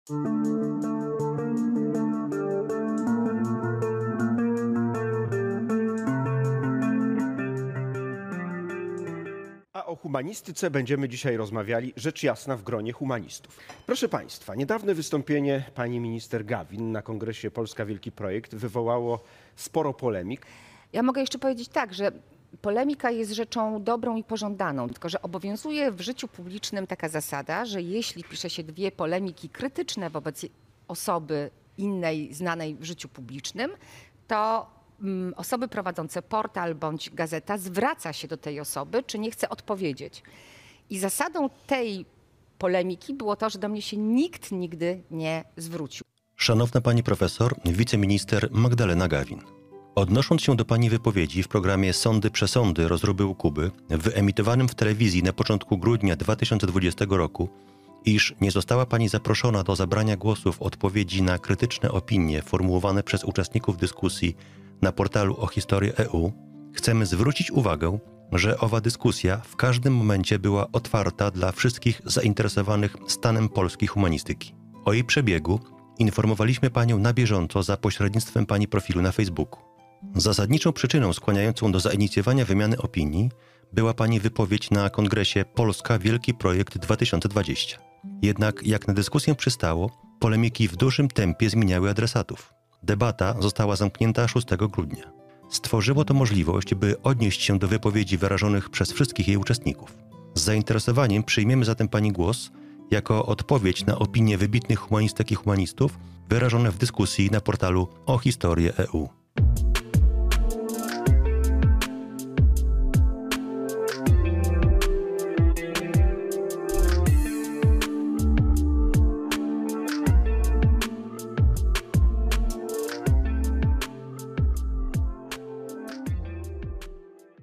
A o humanistyce będziemy dzisiaj rozmawiali, rzecz jasna, w gronie humanistów. Proszę Państwa, niedawne wystąpienie pani minister Gawin na kongresie Polska Wielki Projekt wywołało sporo polemik. Ja mogę jeszcze powiedzieć tak, że polemika jest rzeczą dobrą i pożądaną, tylko że obowiązuje w życiu publicznym taka zasada, że jeśli pisze się dwie polemiki krytyczne wobec osoby innej, znanej w życiu publicznym, to osoby prowadzące portal bądź gazeta zwraca się do tej osoby, czy nie chce odpowiedzieć. I zasadą tej polemiki było to, że do mnie się nikt nigdy nie zwrócił. Szanowna pani profesor, wiceminister Magdalena Gawin. Odnosząc się do pani wypowiedzi w programie Sądy przesądy rozruby u Kuby, wyemitowanym w telewizji na początku grudnia 2020 roku, iż nie została pani zaproszona do zabrania głosu w odpowiedzi na krytyczne opinie formułowane przez uczestników dyskusji na portalu o historii EU, chcemy zwrócić uwagę, że owa dyskusja w każdym momencie była otwarta dla wszystkich zainteresowanych stanem polskiej humanistyki. O jej przebiegu informowaliśmy panią na bieżąco za pośrednictwem pani profilu na Facebooku. Zasadniczą przyczyną skłaniającą do zainicjowania wymiany opinii była pani wypowiedź na kongresie Polska Wielki Projekt 2020. Jednak jak na dyskusję przystało, polemiki w dużym tempie zmieniały adresatów. Debata została zamknięta 6 grudnia. Stworzyło to możliwość, by odnieść się do wypowiedzi wyrażonych przez wszystkich jej uczestników. Z zainteresowaniem przyjmiemy zatem pani głos jako odpowiedź na opinie wybitnych humanistek i humanistów wyrażone w dyskusji na portalu o historię EU.